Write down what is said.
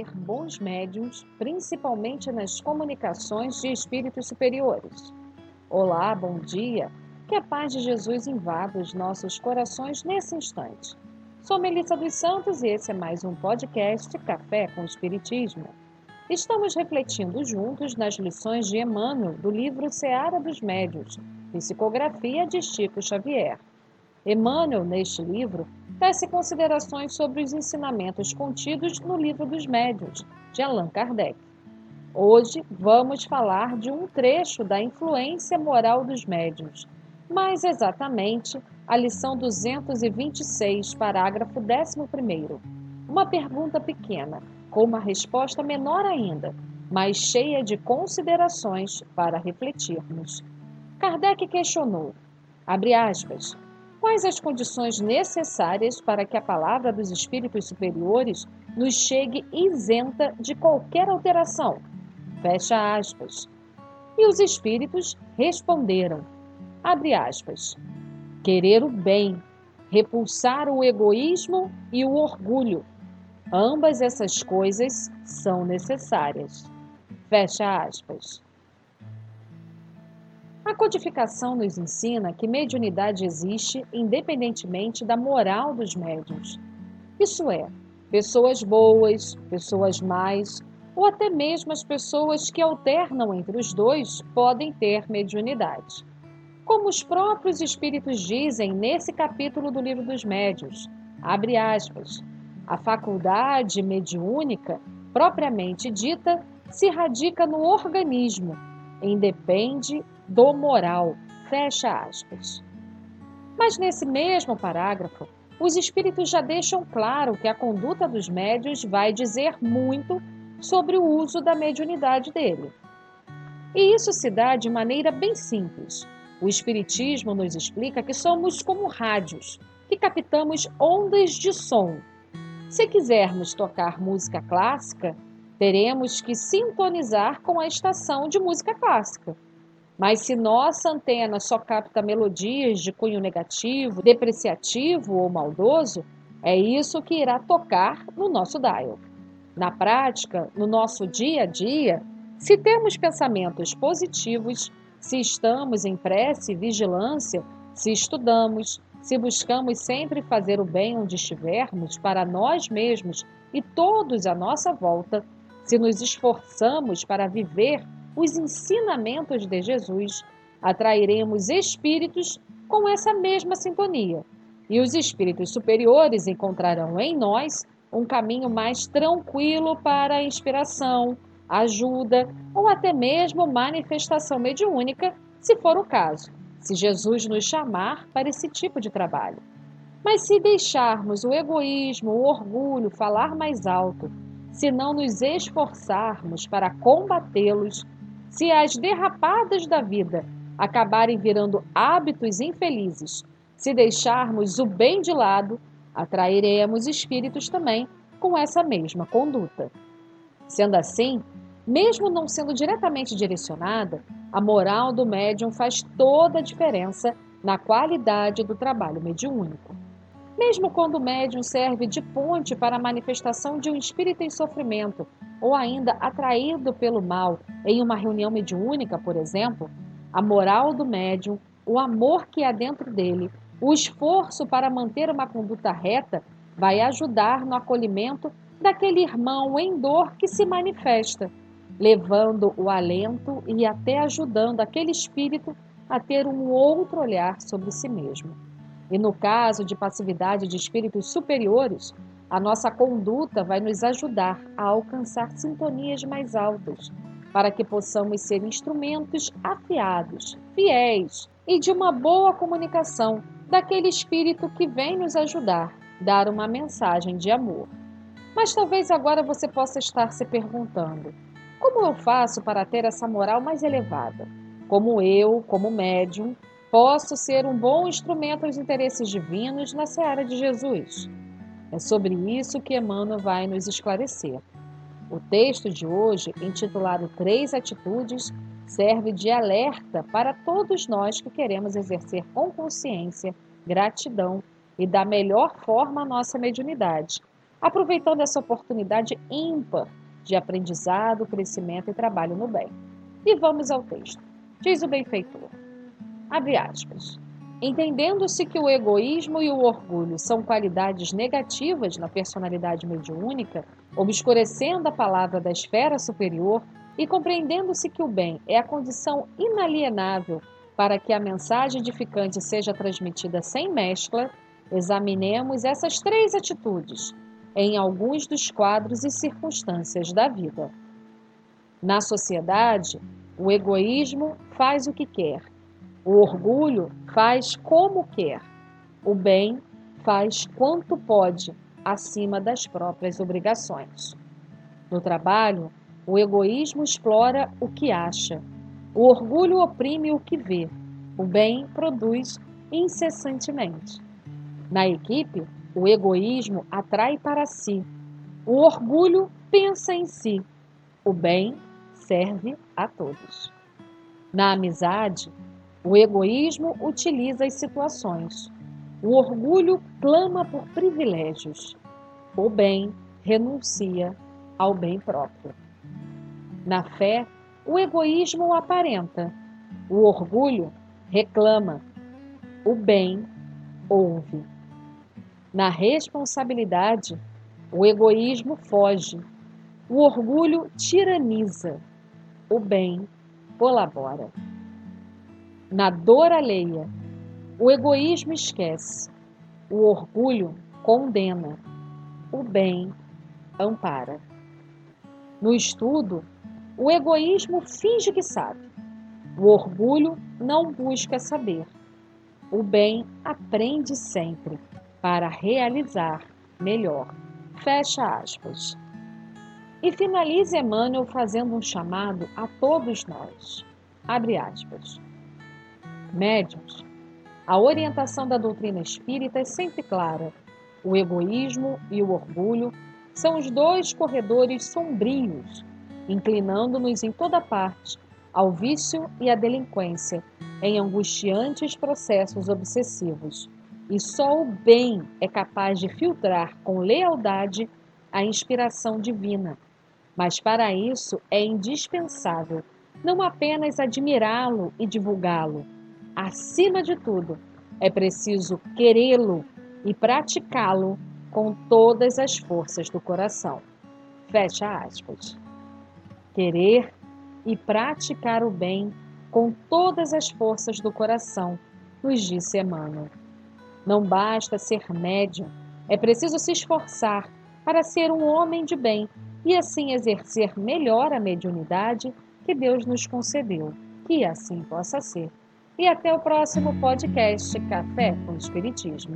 ser bons médiuns, principalmente nas comunicações de espíritos superiores. Olá, bom dia! Que a paz de Jesus invada os nossos corações nesse instante. Sou Melissa dos Santos e esse é mais um podcast Café com Espiritismo. Estamos refletindo juntos nas lições de Emmanuel do livro Seara dos Médiuns, Psicografia de Chico Xavier. Emmanuel, neste livro, tece considerações sobre os ensinamentos contidos no Livro dos Médiuns, de Allan Kardec. Hoje vamos falar de um trecho da influência moral dos médiuns, mais exatamente a lição 226, parágrafo 11º. Uma pergunta pequena, com uma resposta menor ainda, mas cheia de considerações para refletirmos. Kardec questionou, abre aspas, quais as condições necessárias para que a palavra dos espíritos superiores nos chegue isenta de qualquer alteração? Fecha aspas. E os espíritos responderam, abre aspas, querer o bem, repulsar o egoísmo e o orgulho. Ambas essas coisas são necessárias. Fecha aspas. A codificação nos ensina que mediunidade existe independentemente da moral dos médiuns. Isso é, pessoas boas, pessoas más, ou até mesmo as pessoas que alternam entre os dois podem ter mediunidade. Como os próprios espíritos dizem nesse capítulo do Livro dos Médiuns, abre aspas, a faculdade mediúnica, propriamente dita, se radica no organismo, independe do moral, fecha aspas. Mas nesse mesmo parágrafo, os espíritos já deixam claro que a conduta dos médiuns vai dizer muito sobre o uso da mediunidade dele. E isso se dá de maneira bem simples. O espiritismo nos explica que somos como rádios, que captamos ondas de som. Se quisermos tocar música clássica, teremos que sintonizar com a estação de música clássica. Mas se nossa antena só capta melodias de cunho negativo, depreciativo ou maldoso, é isso que irá tocar no nosso dial. Na prática, no nosso dia a dia, se temos pensamentos positivos, se estamos em prece e vigilância, se estudamos, se buscamos sempre fazer o bem onde estivermos para nós mesmos e todos à nossa volta, se nos esforçamos para viver os ensinamentos de Jesus, atrairemos espíritos com essa mesma sintonia. E os espíritos superiores encontrarão em nós um caminho mais tranquilo para a inspiração, ajuda ou até mesmo manifestação mediúnica, se for o caso, se Jesus nos chamar para esse tipo de trabalho. Mas se deixarmos o egoísmo, o orgulho falar mais alto, se não nos esforçarmos para combatê-los, se as derrapadas da vida acabarem virando hábitos infelizes, se deixarmos o bem de lado, atrairemos espíritos também com essa mesma conduta. Sendo assim, mesmo não sendo diretamente direcionada, a moral do médium faz toda a diferença na qualidade do trabalho mediúnico. Mesmo quando o médium serve de ponte para a manifestação de um espírito em sofrimento, ou ainda atraído pelo mal em uma reunião mediúnica, por exemplo, a moral do médium, o amor que há dentro dele, o esforço para manter uma conduta reta, vai ajudar no acolhimento daquele irmão em dor que se manifesta, levando o alento e até ajudando aquele espírito a ter um outro olhar sobre si mesmo. E no caso de passividade de espíritos superiores, a nossa conduta vai nos ajudar a alcançar sintonias mais altas, para que possamos ser instrumentos afiados, fiéis e de uma boa comunicação daquele espírito que vem nos ajudar, dar uma mensagem de amor. Mas talvez agora você possa estar se perguntando, como eu faço para ter essa moral mais elevada? Como eu, como médium, posso ser um bom instrumento aos interesses divinos na seara de Jesus? É sobre isso que Emmanuel vai nos esclarecer. O texto de hoje, intitulado Três Atitudes, serve de alerta para todos nós que queremos exercer com consciência, gratidão e da melhor forma a nossa mediunidade, aproveitando essa oportunidade ímpar de aprendizado, crescimento e trabalho no bem. E vamos ao texto. Diz o benfeitor, abre aspas, entendendo-se que o egoísmo e o orgulho são qualidades negativas na personalidade mediúnica, obscurecendo a palavra da esfera superior, e compreendendo-se que o bem é a condição inalienável para que a mensagem edificante seja transmitida sem mescla, examinemos essas 3 atitudes em alguns dos quadros e circunstâncias da vida. Na sociedade, o egoísmo faz o que quer, o orgulho faz como quer, o bem faz quanto pode, acima das próprias obrigações. No trabalho, o egoísmo explora o que acha, o orgulho oprime o que vê, o bem produz incessantemente. Na equipe, o egoísmo atrai para si, o orgulho pensa em si, o bem serve a todos. Na amizade, o egoísmo utiliza as situações, o orgulho clama por privilégios, o bem renuncia ao bem próprio. Na fé, o egoísmo aparenta, o orgulho reclama, o bem ouve. Na responsabilidade, o egoísmo foge, o orgulho tiraniza, o bem colabora. Na dor alheia, o egoísmo esquece, o orgulho condena, o bem ampara. No estudo, o egoísmo finge que sabe, o orgulho não busca saber, o bem aprende sempre para realizar melhor. Fecha aspas. E finaliza Emmanuel fazendo um chamado a todos nós. Abre aspas. Médiuns, a orientação da doutrina espírita é sempre clara. O egoísmo e o orgulho são os 2 corredores sombrios, inclinando-nos em toda parte ao vício e à delinquência, em angustiantes processos obsessivos. E só o bem é capaz de filtrar com lealdade a inspiração divina. Mas para isso é indispensável não apenas admirá-lo e divulgá-lo. Acima de tudo, é preciso querê-lo e praticá-lo com todas as forças do coração. Fecha aspas. Querer e praticar o bem com todas as forças do coração, nos disse Emmanuel. Não basta ser médium, é preciso se esforçar para ser um homem de bem e assim exercer melhor a mediunidade que Deus nos concedeu. Que assim possa ser. E até o próximo podcast Café com Espiritismo.